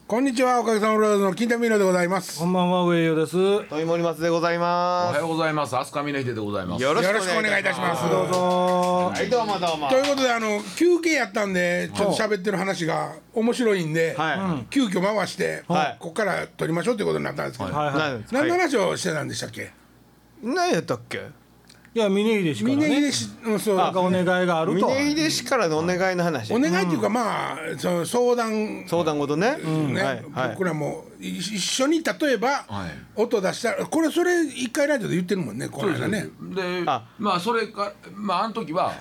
こんにちは、おかげさまブラザーズの金田美濃でございます。 こんばんは、上与です。 富森松でございます。 おはようございます。飛鳥峰秀でございます。 よろしよろしくおくお願いい願いいたしま。 たしますす。 どうぞ。 はいどうもどうも。 ということで休憩やったんでちょっと喋ってる話が面白いんで、 は急遽回して、 はいここから撮りましょうということになったんですけど、 はいはい。 何何の話をしてたんでしたっけ？ 何やったっけ？ いや、峰秀氏からね。 峰秀氏、そうなんかお願いがあると。 峰秀氏からのお願いの話。 お願いっていうか、まあその相談相談事ね。 ね、 はいはい僕らも一緒に例えば、 はい音出したらそれ一回ラジオで言ってるもんね、この間ね。 で、 あまあそれかあの時は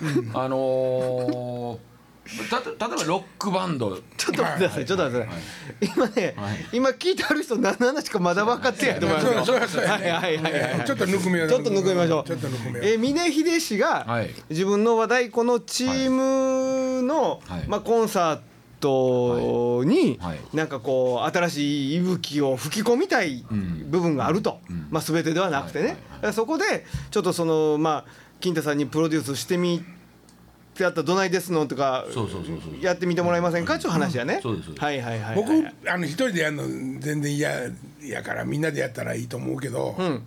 例えばロックバンドちょっと待ってください。ちょっと待ってください。今ね、今聞いてある人何の話かまだ分かってないと思いますよ。 そうやねはいはいはいはい。 ちょっとぬくめよう。 ちょっとぬくめましょう。 ちょっとぬくめよう。 峰秀氏がはい自分の和太鼓のチームのはいまあコンサートにはいなんかこう新しい息吹を吹き込みたい部分があると、まあ全てではなくてね。だからそこでちょっとそのまあ金太さんにプロデュースしてみてやったらどないですのとかそうやってみてもらえませんかっていう話やね。 そうですはいはいはいはい。 僕一人でやるの全然嫌やからみんなでやったらいいと思うけど、 ん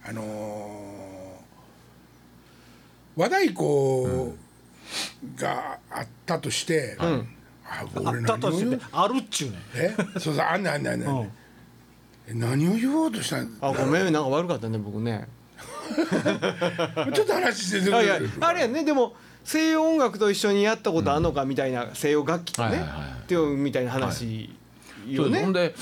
和太鼓があったとして、 あ俺ったとして何を言うあるっちゅうね。 そうそうあんねんあんねんあんねん、何を言おうとしたんあごめんなんか悪かったね僕ね。 ちょっと話していやあれやねでも西洋音楽と一緒にやったことあんのかみたいな西洋楽器とねはいはいはいっていうみたいな話よね。 ほんで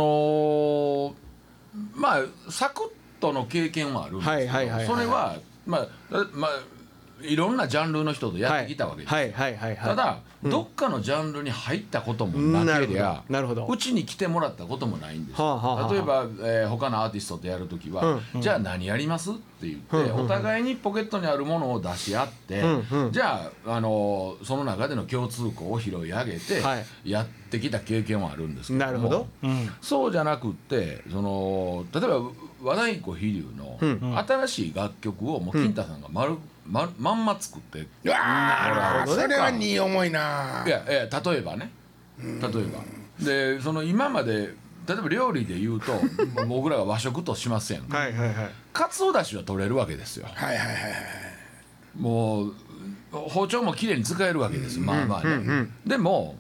まあサクッとの経験はあるんですけど、 はいはいはいはいそれはまあいろんなジャンルの人とやってきたわけですよ。 はいはいはいはい。 ただ、どっかのジャンルに入ったこともなけりゃなるほどうちに来てもらったこともないんですよ。 はあはあはあ例えば、他のアーティストとやるときは、じゃあ何やりますって言って、お互いにポケットにあるものを出し合って、じゃあ、その中での共通項を拾い上げてはいやってきた経験はあるんですけども、 なるほど。 そうじゃなくって例えば和太鼓飛龍の新しい楽曲をもう金太さんがまんま作って、 うわーなるほどねそれは荷重いな。 いや例えばね例えばで今まで例えば料理で言うと僕らが和食としませんはいはいはい。 かつおだしは取れるわけですよ。 はいはいはいはい。 もう包丁もきれいに使えるわけですまあまあね。でも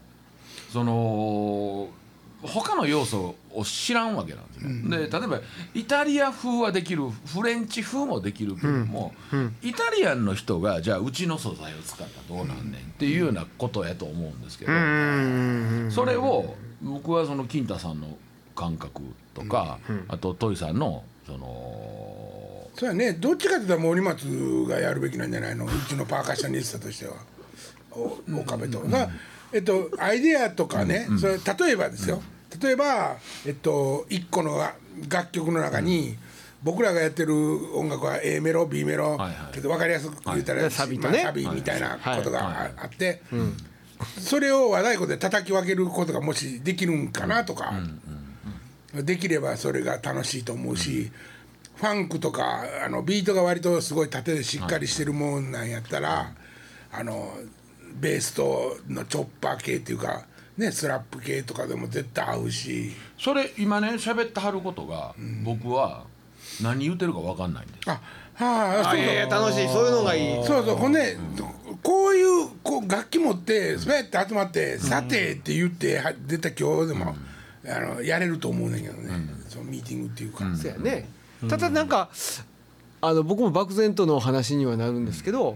他の要素を知らんわけなんですね。で例えばイタリア風はできるフレンチ風もできるけども、イタリアンの人がじゃあうちの素材を使ったらどうなんねんっていうようなことやと思うんですけど、それを僕は金太さんの感覚とか、あとトイさんのそうやね、どっちかって言ったら森松がやるべきなんじゃないの、うちのパーカッショニストとしては。岡部と、アイデアとかね、それ例えばですよ、例えば一個の楽曲の中に、僕らがやってる音楽は A メロ B メロ、分かりやすく言ったら、 サビとねサビみたいなことがあって、それを和太鼓で叩き分けることがもしできるんかなとか、できればそれが楽しいと思うし、ファンクとかビートが割とすごい縦でしっかりしてるもんなんやったら、ベースとのチョッパー系っていうかね、スラップ系とかでも絶対合うし。 それ今ね喋ってはることが、僕は何言ってるか分かんないんです。 あ、はあ、そうそう、 楽しいそういうのがいい。 そうそう、ほんでこういう楽器持ってそうやって集まって「さて」って言って出た今日でも、やれると思うねんけどね、そのミーティングっていうか。 そうやね。ただなんか僕も漠然との話にはなるんですけど、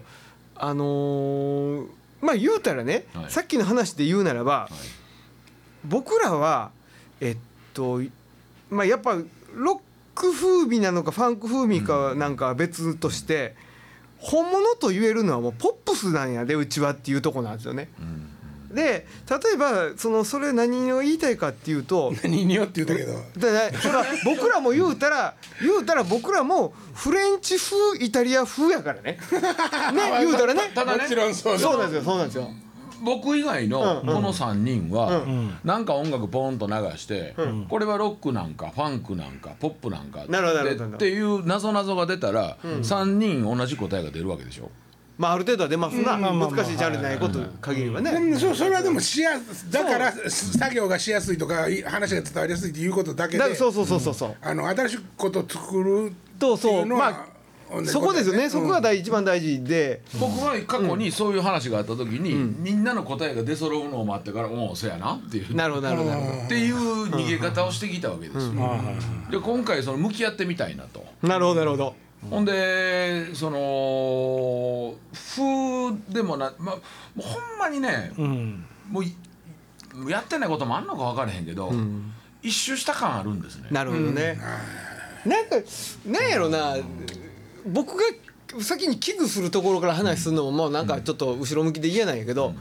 まあ言うたらね、さっきの話で言うならば、僕らはまあやっぱロック風味なのかファンク風味かなんかは別として、本物と言えるのはもうポップスなんやでうちはっていうとこなんですよね。で例えばそれ何を言いたいかっていうと何によって言うたけど、 それは僕らも言うたら僕らもフレンチ風イタリア風やからね言うたらね。 ただねもちろんそうです。 そうなんですよそうなんですよ。 僕以外のこの3人はなんか音楽ポンと流してこれはロックなんかファンクなんかポップなんかなるほどなるほどっていう謎々が出たら3人同じ答えが出るわけでしょ。 まあある程度は出ますな、 まあまあまあ難しいジャンルないこと限りはね、 でもそれはでもだから作業がしやすいとか話が伝わりやすいっていうことだけでそう新しいことを作るってそいうのはそこですよね、そこが一番大事で、 僕は過去にそういう話があった時に、みんなの答えが出揃うのを待ってから「おおそうやな」っていうなるほどっていう逃げ方をしてきたわけですよ。で今回その向き合ってみたいなと。 なるほどほんでその風でももうほんまにね、もうやってないこともあんのか分からへんけど、一周した感あるんですね。 なるほどね、なんかなんやろな、僕が先に危惧するところから話するのももうなんかちょっと後ろ向きで言えないんやけど、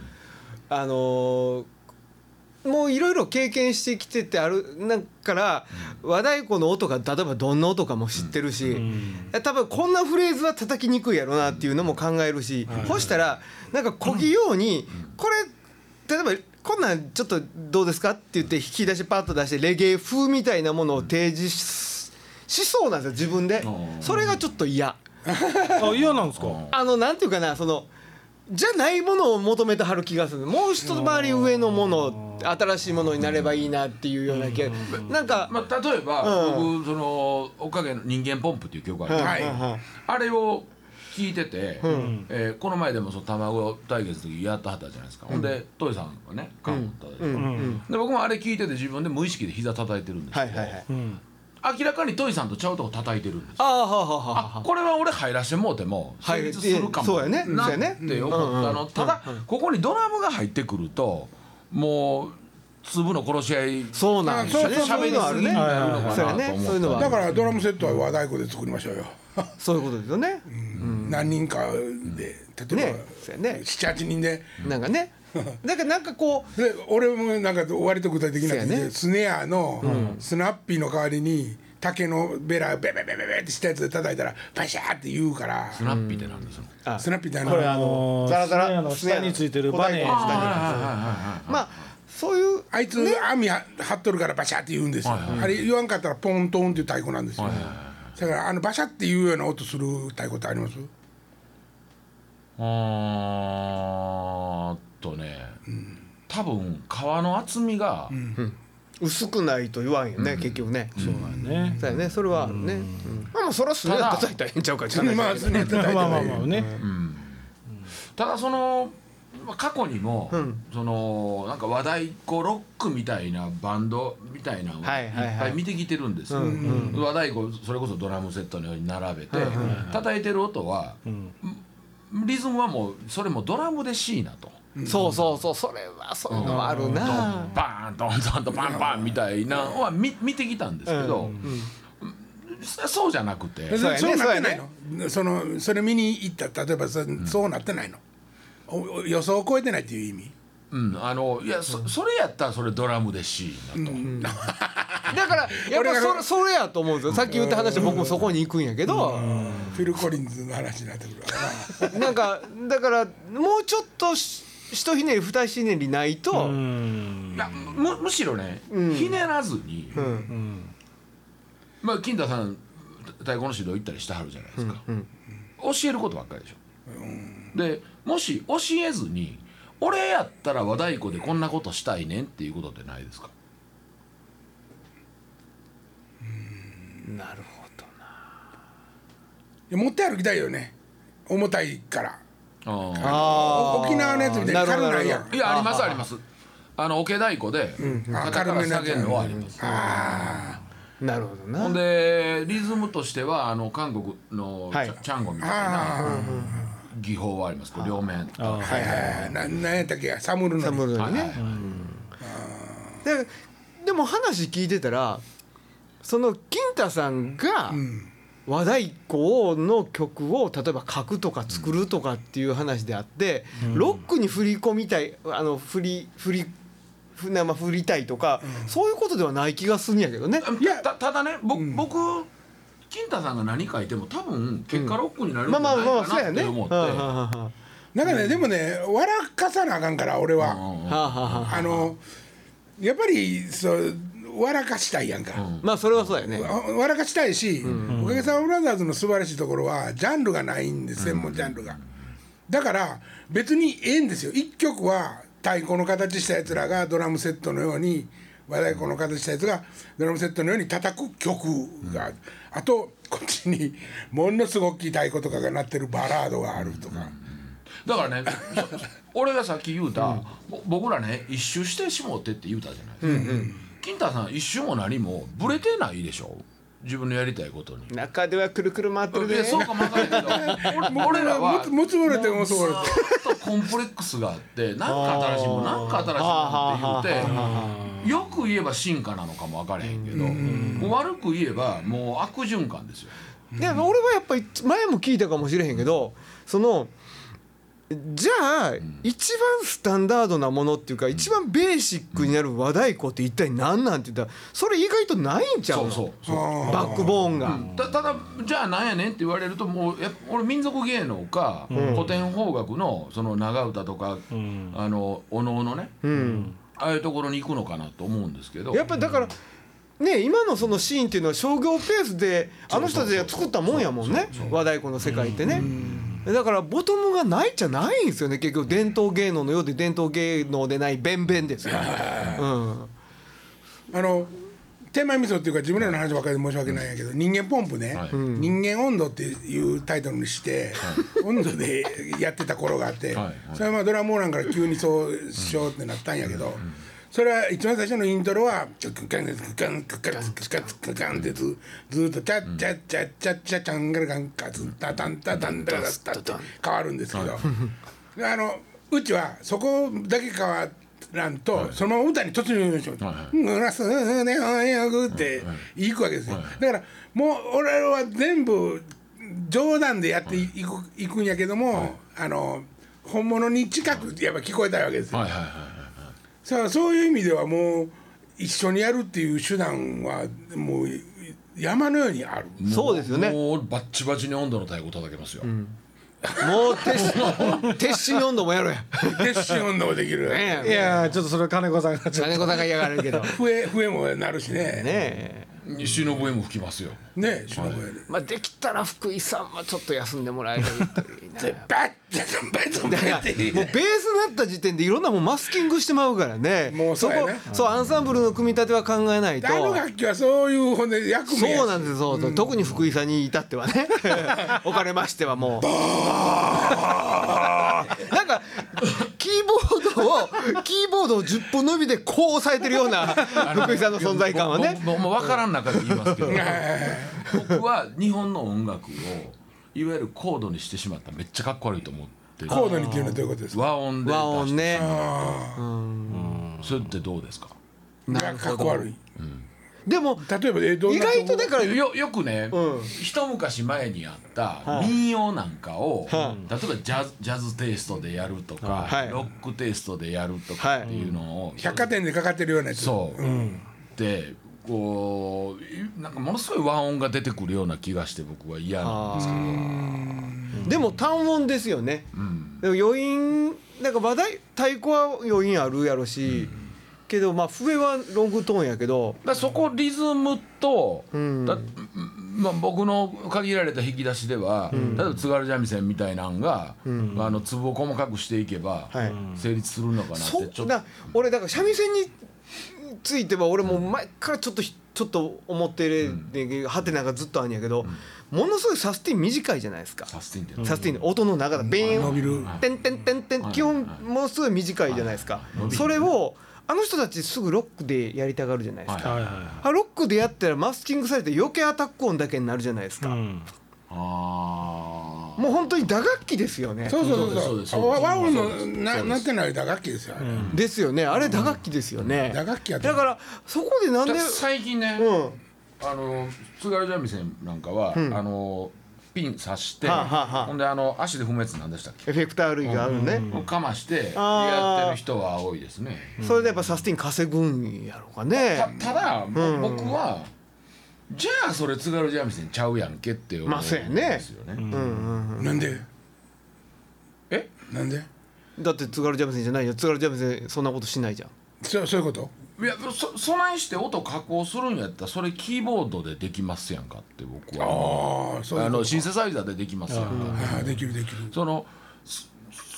もういろいろ経験してきててなんから和太鼓の音が例えばどんな音かも知ってるし、多分こんなフレーズは叩きにくいやろなっていうのも考えるし、そしたらなんかこぎようにこれ例えばこんなんちょっとどうですかって言って引き出しパッと出してレゲエ風みたいなものを提示しそうなんですよ自分で。それがちょっと嫌。 嫌なんですか。 なんていうかな、じゃないものを求めてはる気がする。もう一回り上のもの、新しいものになればいいなっていうような気が、なんか、 例えば、僕そのおかげの人間ポンプっていう曲があって、あれを聞いてて、この前でもその卵対決の時やったはったじゃないですか。ほんでトイさんがね缶を叩いて、で僕もあれ聞いてて自分で無意識で膝叩いてるんですけど、明らかにトイさんとちゃうとこ叩いてるんですよ。これは俺入らしてもうても成立するかもなって思ったの。ただここにドラムが入ってくるともう粒の殺し合いそうなんですよね。 喋りすぎになるのかなと思った。 だからドラムセットは和太鼓で作りましょうよ。 そういうことですよね。 何人かで例えば7、8人でなんかね。だからなんかこうで俺もなんか割と具体的な感じでスネアのスナッピーの代わりに竹のベラベベベベベってしたやつで叩いたらパシャーって言うから。 スナッピーってなんですか。 スナッピーってこれザラザラの下についてるバネ。 まあそういうあいつ網張っとるからバシャーって言うんですよ。あれ言わんかったらポントンっていう太鼓なんですよ。だからバシャっていうような音する太鼓ってあります？ 多分皮の厚みが薄くないと言わんよね、結局ね。 そうだね。 そうやね、それはね。まあそれはすね叩いたらいいんちゃうか。 まあすね叩いたらいい。 ね。 ただその過去にもそのなんか和太鼓ロックみたいなバンドみたいなのをいっぱい見てきてるんですよ。和太鼓それこそドラムセットのように並べて叩いてる音はリズムはもうそれもドラムで椎名と。 そうそれはそういうのはあるな。 バーンドンドンとバンバンみたいなのは見てきたんですけど、そうじゃなくて。 そうなってないの？それ見に行った例えばそうなってないの？予想を超えてないっていう意味？ いやそれやったらそれドラムで椎名と。 だからやっぱそれやと思うんですよ。さっき言った話僕もそこに行くんやけど、 フィル・コリンズの話になってくるわな。 なんかだからもうちょっと一ひねり二ひねりないと、 むしろね、ひねらずに、まあ金田さん太鼓の指導行ったりしてはるじゃないですか。教えることばっかりでしょ。でもし教えずに俺やったら和太鼓でこんなことしたいねんっていうことってないですか？ なるほどな。持って歩きたいよね。重たいから。 沖縄のやつみたいに軽ないやん。 いやありますあります。桶太鼓で肩から下げるのはあります。 なるほどな。 ほんでリズムとしては韓国のチャンゴみたいな技法はあります。両面。 何やったっけ？サムルのね。でも話聞いてたらその金太さんが和太鼓の曲を例えば書くとか作るとかっていう話であって、ロックに振り込みたい振りたいとか、そういうことではない気がするんやけどね。 ただね僕金太さんが何書いても多分結果ロックになるんじゃないかなって思って。 なんかねでもね笑かさなあかんから俺は。やっぱり笑かしたいやんか。 まあそれはそうやね。 笑かしたいし、おかげさまブラザーズの素晴らしいところはジャンルがないんで、専門ジャンルが。 だから別にええんですよ。一曲は太鼓の形したやつらがドラムセットのように和太鼓の形したやつがドラムセットのように叩く曲がある、あとこっちにものすごく大きい太鼓とかが鳴ってるバラードがあるとか、 だからね俺がさっき言うた、僕らね一周してしもうてって言うたじゃないですか、金太さん一周も何もブレてないでしょ、自分のやりたいことに。 中ではくるくる回ってるね。 いやそうかもわからないけど俺らはもつぼれてもそうれてずっとコンプレックスがあってなんか新しいもんなんか新しいもんって言ってよく言えば進化なのかも分からへんけどもう悪く言えばもう悪循環ですよ。 で俺はやっぱり前も聞いたかもしれへんけど、そのじゃあ、一番スタンダードなものっていうか一番ベーシックになる和太鼓って一体何なんて言ったらそれ意外とないんちゃうの。 そうバックボーンが、 ただじゃあなんやねんって言われるともう俺民族芸能か、古典邦楽のその長唄とか、お能のね、ああいうところに行くのかなと思うんですけど、 やっぱりだからね、今のそのシーンっていうのは商業ペースであの人たちが作ったもんやもんね、和太鼓の世界ってね。だからボトムがないじゃないんですよね。結局伝統芸能のようで伝統芸能でない弁々ですよ、 手前味噌っていうか自分らの話ばっかりで申し訳ないんやけど、人間ポンプね、人間温度っていうタイトルにして、温度でやってた頃があって、それはまあドラムオーランから急にそうしようってなったんやけど、それは一番最初のイントロはクカンクカンクカンクカンクカンってずっとチャッチャッチャッチャッチャチャンガラガンカツンタタンタタンタタタって変わるんですけど、うちはそこだけ変わらんとそのまま歌に突入しよう「グラスねおやぐ」っていくわけですよ。だからもう俺は全部冗談でやっていくんやけども、本物に近くやっぱ聞こえたいわけですよ。そういう意味ではもう一緒にやるっていう手段はもう山のようにある。 そうですよね。 もうバッチバチに温度の太鼓叩けますよ、 もう鉄心温度もやろうや。 鉄心温度もできる、 いやちょっとそれ金子さんがちょっ金子さんが嫌がるけど笛もなるしね。 ね西の笛も吹きますよ。 ね忍ぶやで。 まあできたら福井さんはちょっと休んでもらえるといいな。 バッだからもうベースになった時点でいろんなもんマスキングしてまうからね。 もうそうやね。 そうアンサンブルの組み立ては考えないと。 楽器はそういうほんで役目やし。 そうなんですよ、そう、特に福井さんに至ってはねおかれましてはもうなんかキーボードを10本の指でこう押さえてるような福井さんの存在感はね。 もう分からん中で言いますけど僕は日本の音楽をいわゆるコードにしてしまったらめっちゃかっこ悪いと思ってる。 コードにっていうのはどういうことですか。 和音で出して和音ね。 それってどうですか。 かっこ悪い。 でも例えばどん意な外とだからよくね、一昔前にあった民謡なんかを、例えばジャズテイストでやるとか、ロックテイストでやるとかっていうのを、 百貨店でかかってるようなやつ。 そう、でこうなんかものすごい和音が出てくるような気がして僕は嫌なんですけど。 でも単音ですよね、でも余韻なんか太鼓は余韻あるやろし、けどまあ笛はロングトーンやけどだそこリズムと、僕の限られた引き出しでは、例えば津軽三味線みたいなんが、粒を細かくしていけば、成立するのかなってちょっと。 俺だから三味線については俺も前からちょっと思ってるハテナがずっとあるんやけど、ものすごいサスティン短いじゃないですか。 サスティンってサスティン音の長さベ伸びるーンテンテンテンテン基本ものすごい短いじゃないですか。それをあの人たちすぐロックでやりたがるじゃないですか。ロックでやったらマスキングされて余計アタック音だけになるじゃないですか。もう本当に打楽器ですよね。 そう和音のなんてない打楽器ですよ。 ですよね。あれ打楽器ですよね。 打楽器やだからそこでなんで最近ね、津軽三味線なんかは、ピン刺して、ほんで足で踏むやつなんでしたっけ。 エフェクター類があるね。 かましてやってる人は多いですね。 それでやっぱサスティン稼ぐんやろうかね。 ただ、僕はじゃあそれ津軽三味線ちゃうやんけって思うんですよね。 なんでえなんでだって津軽三味線じゃないよ。津軽三味線そんなことしないじゃん。 そういうこと。 いやそないして音加工するんやったらそれキーボードでできますやんかって僕は。シンセサイザーでできますやんか。 できる。 その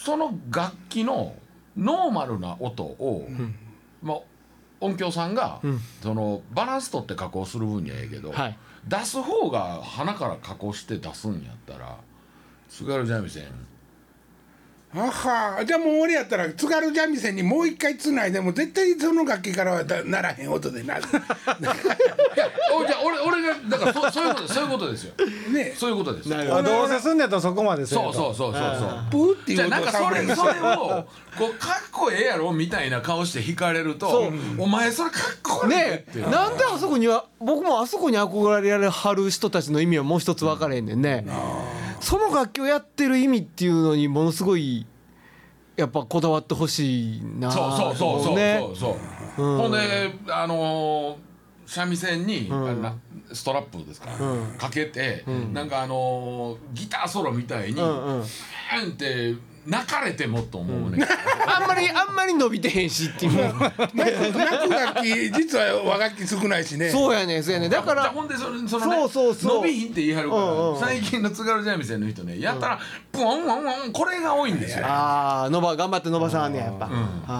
その楽器のノーマルな音を、まあ、音響さんが、そのバランス取って加工する分にはええけど、 はい出す方が鼻から加工して出すんやったら津軽三味線あはじゃあもう俺やったら津軽三味線にもう一回つないでも絶対その楽器からはならへん音でなるいやじゃあ俺がだからそういうことですよねそういうことですなるほどどうせすんねやったらそこまでするそうそうそうプーっていうじゃあなんかそれをサンプリングしてこうかっこええやろみたいな顔して弾かれるとお前それかっこいいねってなんであそこには僕もあそこに憧れられはる人たちの意味はもう一つ分かれへんねんね、その楽器をやってる意味っていうのにものすごいやっぱこだわってほしいなそうねほんで三味線に、ストラップですか、かけて、なんかギターソロみたいに、って泣かれてもと思うね、 あんまり伸びてへんしっていう泣く楽器実は和楽器少ないしねそうやねんそうやねんだからほんでそのねそう伸びひんって言い張るから、最近の津軽三味線の人ねやったらブワンワンワンこれが多いんですよ、 頑張って伸ばさんねやっぱ、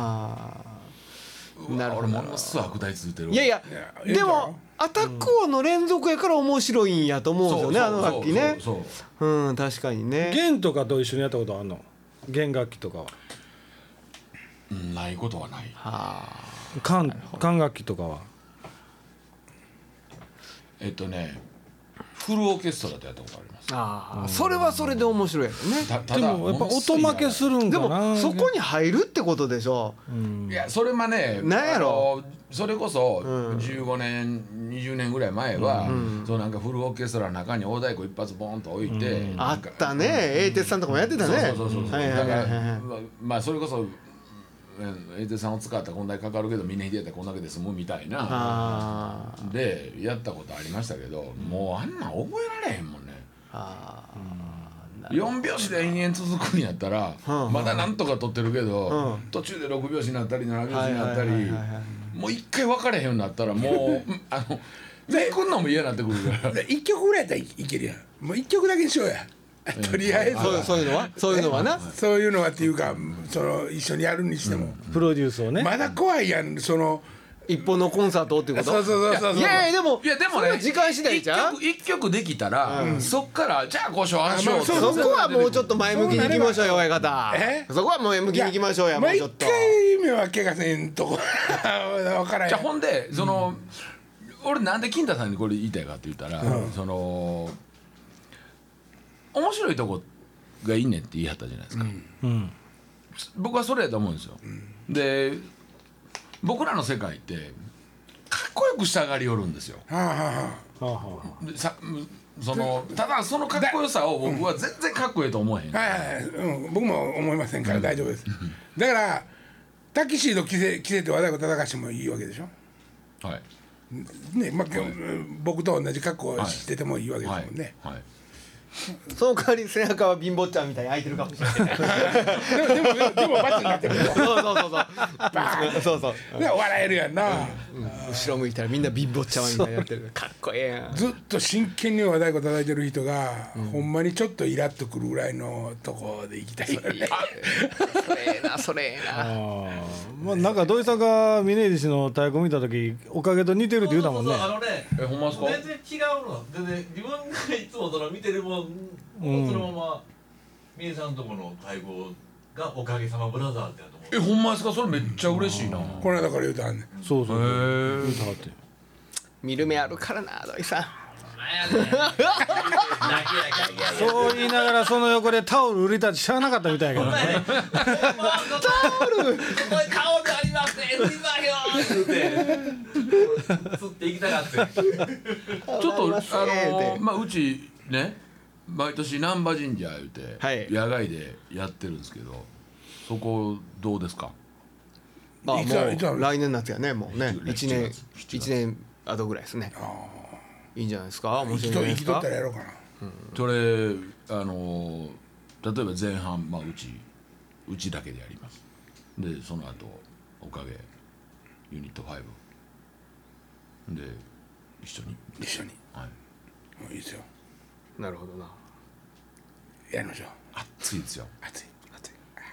なるほど俺ものすごい悪態ついてるいやでもアタック音の連続やから面白いんやと思うんですよねあの楽器ねうん確かにね弦とかと一緒にやったことあるの弦楽器とかはないことはない管楽器とかはフルオーケストラでやったことあります。 それはそれで面白いよねでもやっぱ音負けするんでかなもそこに入るってことでしょいやそれはねなんやろそれこそ15年20年ぐらい前はそうなんかフルオーケストラの中に大太鼓一発ボーンと置いてあったね英哲さんとかもやってたねそうだからまあそれこそ英哲さんを使ったらこんだけかかるけどみんな弾いてたらこんだけで済むみたいなでやったことありましたけどもうあんなん覚えられへんもんね4拍子で延々続くんやったらまだなんとか取ってるけど途中で6拍子になったり7拍子になったりもう一回分かれへんようになったらもうで来んのも嫌になってくるから 1曲ぐらいやったらいけるやんもう1曲だけにしようやとりあえずそういうのはなそういうのはっていうか一緒にやるにしてもプロデュースをねまだ怖いやん一本のコンサートってことそういやでもね時間次第じゃん一曲できたらそっからじゃあご唱和しようそこはもうちょっと前向きにいきましょうよ親方そこはもう前向きにいきましょうやもうちょっと 1回目は怪我せんとこ分からへんじゃあほんで俺なんで金太さんにこれ言いたいかって言ったら面白いとこがいいねって言い張ったじゃないですか、僕はそれやと思うんですよ、で僕らの世界ってかっこよくしたがりよるんですよ、でただそのかっこよさを僕は全然かっこいいと思えへん、 僕も思いませんから大丈夫ですだからタキシード着せて和太鼓叩かしてもいいわけでしょはいね僕と同じ格好をしててもいいわけですもんねその代わり背中は貧乏ちゃんみたいに開いてるかもしれないでもバツになってるよそう笑えるやんな後ろ向いたらみんな貧乏ちゃんみたいになってるかっこええやんずっと真剣に和太鼓叩いてる人がほんまにちょっとイラっとくるぐらいのとこで行きたいよねそれええなまあなんか土井さんが峯岸の太鼓見た時おかげと似てるって言うたもんねほんまですか全然違うの全然自分がいつも見てるもんをそのまま峰さんとこの太鼓がおかげさまブラザーってやと思うほんまですかそれめっちゃ嬉しいな、 この間から言うたはんねんそう言うたはって見る目あるからな土井さんそう言いながらその横でタオル売りたちしゃあなかったみたいやけどねタオルありますね売りまよって釣っていきたかってちょっとまあうちね毎年難波神社言うて、野外でやってるんですけどそこどうですかもう来年夏やねもうね1年後ぐらいですねいいんじゃないですか面白いんじゃないですか生きとったらやろうかなそれ例えば前半うちだけでやりますでその後おかげユニット5で一緒にいいですよなるほどなやりましょう暑いですよ暑い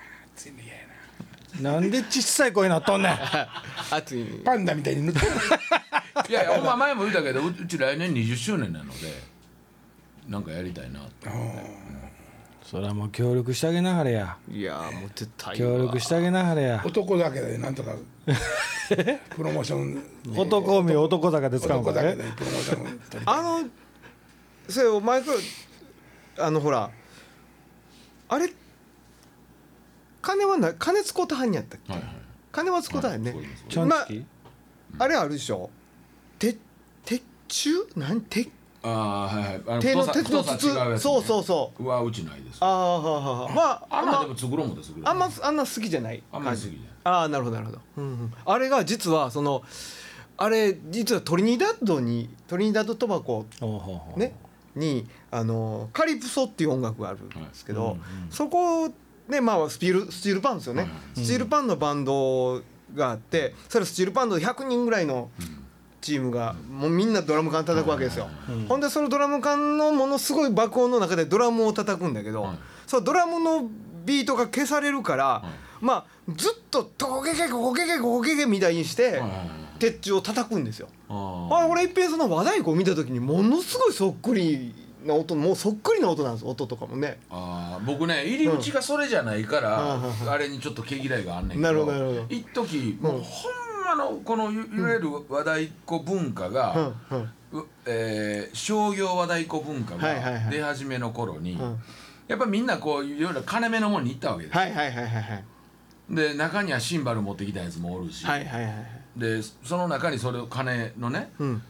熱いの嫌やなんで小さい声なっとんねん。 熱いなパンダみたいに塗ってるいやいや、ほんま前も言ったけど、うち来年20周年なのでなんかやりたいなってそれはもう協力してあげなはれや。 いやもう絶対協力してあげなはれや。 男だけでなんとかプロモーション男海男坂で使うんかね。 男だけでプロモーション取りそれお前からほらあれ金はない金使うたはんにやったっけ、 はいはい金は使うたはんね、 はいそうですちょんちき、 あれあるでしょ鉄柱なん鉄ああはいはい、 手の鉄の太さ違うやつねそうそうそうはうちないです。 ああはあはあまああんなでも作ろうもですぐあんな好きじゃないあんまり好きじああなるほどなるほど、うんうん、あれが実はあれ実はトリニダード・トバゴほうほうほうねにカリプソっていう音楽があるんですけど、そこでまあスチールパンですよね、スチールパンのバンドがあってそれスチールパンの100人ぐらいのチームがもうみんなドラム缶叩くわけですよ、ほんでそのドラム缶のものすごい爆音の中でドラムを叩くんだけど、そのドラムのビートが消されるから、まあずっとトコケケココケケココケケみたいにして鉄柱を叩くんですよ。俺一遍その和太鼓を見た時にものすごいそっくりな音、もうそっくりな音なんです音とかもね。 僕ね入り口がそれじゃないから、あれにちょっと毛嫌いがあんねんけど、 なるほどなるほど一時もうほんまのこのいわゆる和太鼓文化が、商業和太鼓文化が出始めの頃に、やっぱみんなこういろいろ金目のものに行ったわけですよ。 はいはいはいはいはいで中にはシンバル持ってきたやつもおるし、 はいはいはいでその中にそれを金のね、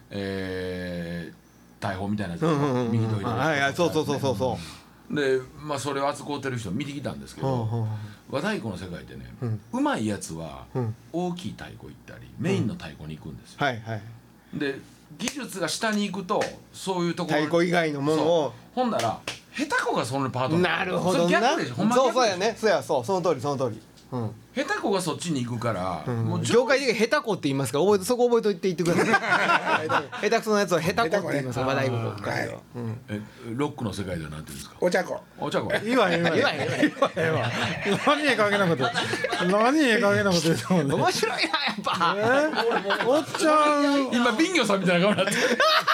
大砲みたいなやつを右と左はいはいそうそうそうそうそうでまあそれを扱ってる人見てきたんですけど、和太鼓の世界ってね、うまいやつは大きい太鼓行ったり、メインの太鼓に行くんですよ。 はいはいで技術が下に行くとそういうところ太鼓以外のものをほんなら下手子がそのパートなるほどなそれ逆でしょ、ほんま逆でしょ。 そうやねそうやそうその通りその通り、 下手子がそっちに行くから、もう業界的に下手子って言いますからそこ覚えといて言ってください下手くそなやつは下手子って言いますから和太鼓界ではロックの世界ではなんていうんですか。 お茶子お茶子言わへん何絵かけなこと何絵かけなこと言うと思うね面白いなやっぱおっちゃん今ビンギョさんみたいな顔になってる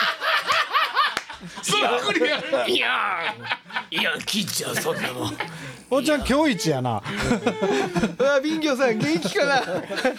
そっくりやいや聞いちゃうそんなもんおっちゃん今日一やなビンギョさん元気かな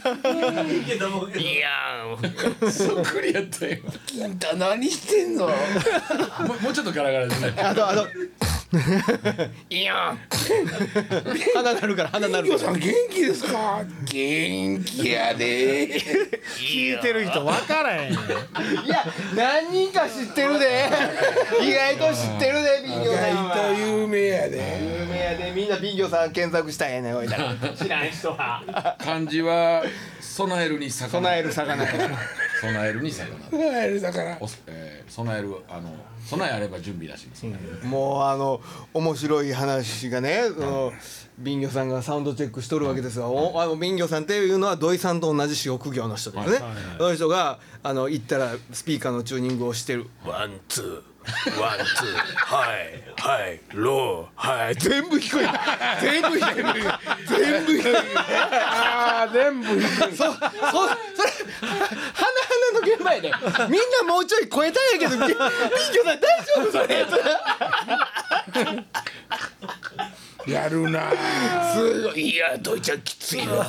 そっくりやったよ。 金太何してんのもうちょっとガラガラですね。 あといや鼻なるから鼻なるから金太さん元気ですか元気やで聞いてる人分からへんいや何人か知ってるで意外と知ってるでビンギョさん意外とは有名やで有名やでみんなビンギョさん検索したらええねんおいたら知らん人は漢字は備えるに魚。 備える魚備えるに魚。 だから備える備えあれば準備だします。 もう面白い話がねビンギョさんがサウンドチェックしとるわけですが、ビンギョさんっていうのは土井さんと同じ職業の人ですね、その人が行ったらスピーカーのチューニングをしてるワンツーワンツーはいはいローはい全部聞こえる全部聞こえる全部聞こえる全部それ花の現場やでみんなもうちょい超えたんやけどビンギョさん大丈夫それやるなすごいいや土井ちゃんきついわ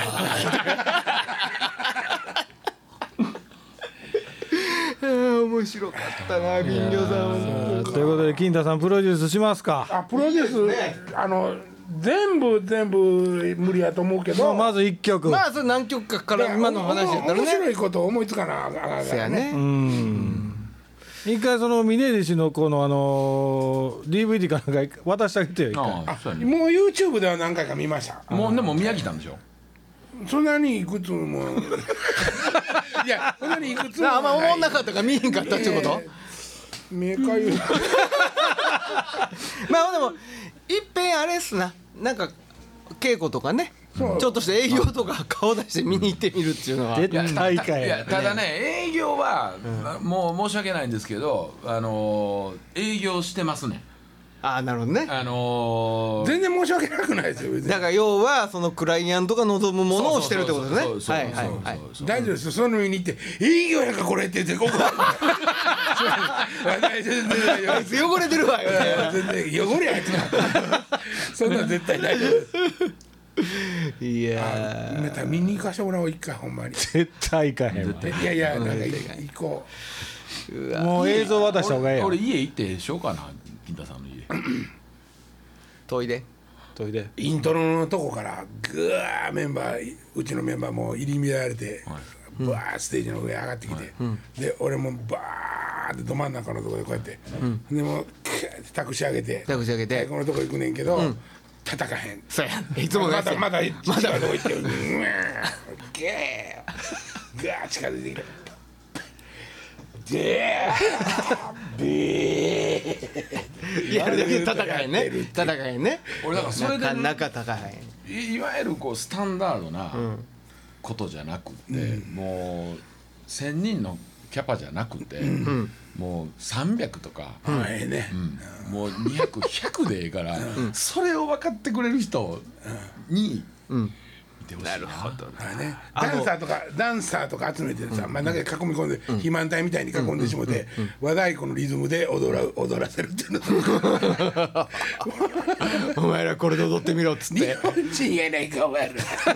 面白かったなビンギョさんということで金太さんプロデュースしますか。 プロデュース全部無理やと思うけどまず1曲まあそれ何曲かから今の話やったらね面白いこと思いつかなあかんそうやね一回その峯岸のこのDVD かなんか渡してあげてよ一回。 そうやね。 もう YouTube では何回か見ましたもうでも宮城たんでしょ。 そんなにいくつもいやそんなにいくつもあんま思んなかったから見えへんかったっていうこと目かゆいまあでもいっぺんあれっすなんか稽古とかねちょっとした営業とか顔出して見に行ってみるっていうのは絶対かいやや。 ただね営業は、もう申し訳ないんですけど営業してますね。 なるほどね。 全然申し訳なくないですよ別にだから要はそのクライアントが望むものをしてるってことですね。はいはいはい。 大丈夫ですよ。その上に行って営業やんかこれって言って怒られるあいつ汚れてるわよ。 全然汚れあいつがそんなん絶対大丈夫ですいやまた見に行かしてもらおう一回ほんまに絶対行かへんわ。 いやいやなんか行こもう映像渡した方がええやん。 俺家行ってしようかな金太さんの家遠いで。 といで。 うイントロのとこからぐわーメンバーうちのメンバーも入り乱れてバーステージの上上がってきてで俺もバーってど真ん中のとこでこうやってでもう託し上げて託し上げて最後のとこ行くねんけど叩かへんそうや。いつものやつや。 まだ違うとこ行ってうわーゲーぐわー近づいてきてでービーやるだけ戦えんね。戦えんね。 俺だからそれでなかなか戦えん。 いわゆるこうスタンダードなことじゃなくて、もう1000人のキャパじゃなくて、もう300とか、 ええねもう200100でええから、それを分かってくれる人に見てほしいな。 なるほど。 はいね、ダンサーとか集めてさ、真ん中に囲み込んで、肥満体みたいに囲んでしもて、和太鼓のリズムで踊らせるっていうのお前らこれで踊ってみろっつっ日て。 本人やないかお前ら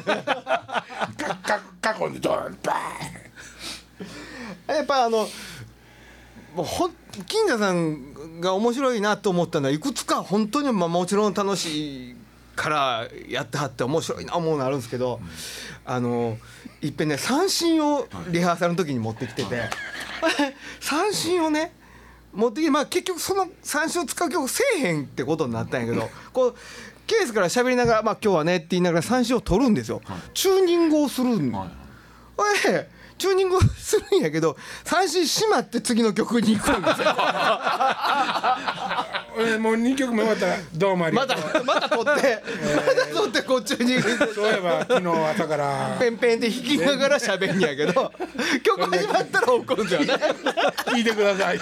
囲んでドーンバやっぱもう金田さんが面白いなと思ったのはいくつか本当にもちろん楽しいからやってはって面白いな思うのあるんですけど、いっぺんね三振をリハーサルの時に持ってきてて、三振をね持ってきて、結局その三振を使う曲せえへんってことになったんやけどこうケースから喋りながら、今日はねって言いながら三振を取るんですよ。チューニングをするんで、チューニングをするんやけど三振しまって次の曲に行くんですよ。 もう2曲目終わったらどうもありがとうまた取ってこっちにそういえば昨日朝からペンペンって弾きながら喋んやけど曲始まったら怒るんですよね。 聞いてください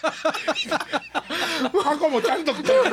箱もちゃんと来てる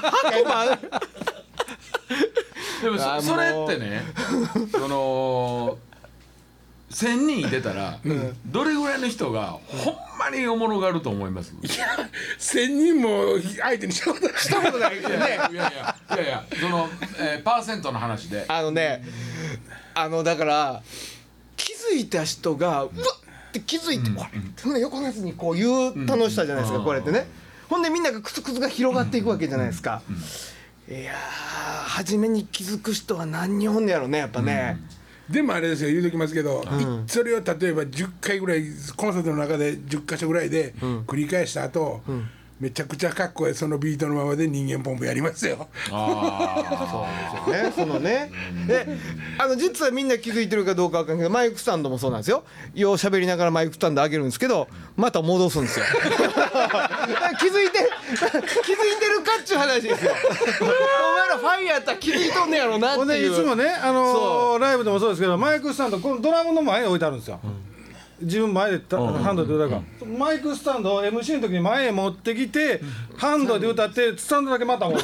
でもそれってねその1000人いてたら、どれぐらいの人がほんまにおもろがると思います？ 1000人も相手にしたことないよね。 いやその、パーセントの話でだから気づいた人がうわっって気づいて、ほんで横のやつにこう言う楽しさじゃないですか、これってね。ほんでみんながクスクスが広がっていくわけじゃないですか。いや初めに気づく人は何人おんねやろねやっぱね。 でもあれですよ言うときますけど、それを例えば10回ぐらいコンサートの中で10箇所ぐらいで繰り返した後、めちゃくちゃかっこいいそのビートのままで人間ポンプやりますよ。 そうですよね。そのね。で実はみんな気づいてるかどうかわかんないけどマイクスタンドもそうなんですよ。よう喋りながらマイクスタンド上げるんですけどまた戻すんですよ。気づいてるかっちゅう話ですよ。お前らファンやったら気づいとんねやろなっていう。 いつもねライブでもそうですけどマイクスタンドこのドラムの前に置いてあるんですよ。自分前でハンドで歌うから、マイクスタンドを MC の時に前へ持ってきて、ハンドで歌ってスタンドだけまた持って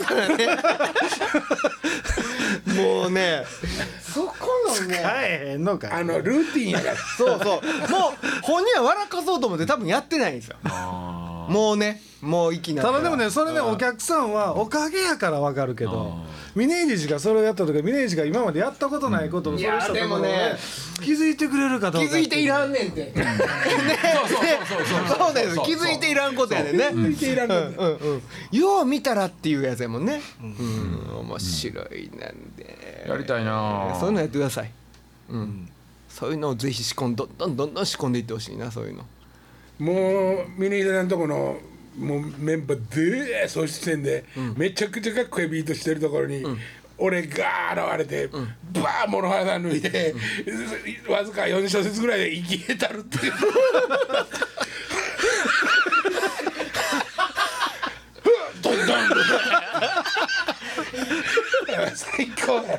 もうねそこのね使えへんのかルーティンやからそうもう本人は笑かそうと思って多分やってないんですよ。もうねもう息なただでもねそれねお客さんはおかげやから分かるけど峯岸がそれをやった時峯岸が今までやったことないことをそれしたところね気づいてくれるかどうか気づいていらんねんってそうです気づいていらんことやねんね。よう見たらっていうやつやもんね。面白いなんでやりたいな。 そういうのやってください。そういうのをぜひどんどん仕込んでいってほしいなそういうの。 もう峯岸さんのとこのもうメンバーで総出演でめちゃくちゃかっこいいビートしてるところに、俺が現れて、バーモノハラ脱いで、わずか4小節ぐらいで息へたるっていうドンドン最高や。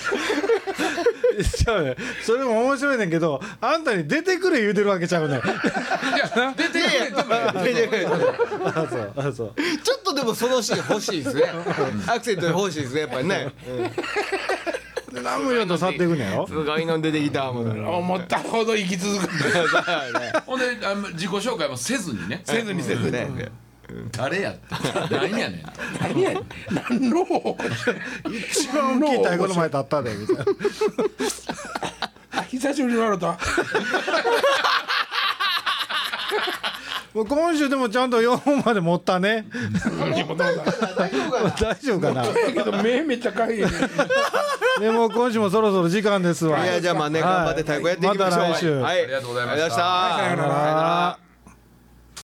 ちゃうねそれも面白いねんけどあんたに出てくれ言うてるわけちゃうねん出てくれちょっとででもそのシーン欲しいですねアクセント欲しいですねやっぱりね、 何も言わんと去っていくねやろ。 すごいの出てきたもん思ったほど生き続くほんで自己紹介もせずにねせずにせずにね誰やって何やねん何や何の一番大きい太鼓の前立ったでみたいな。 あ久しぶりに笑ったもう今週でもちゃんと4本まで持ったね。 大丈夫かな大丈夫かな。 だけど目めっちゃかゆいねでも今週もそろそろ時間ですわ。 いやじゃあまあね頑張って太鼓やっていきましょうまた来週はいありがとうございましたありがとうございましたさよなら。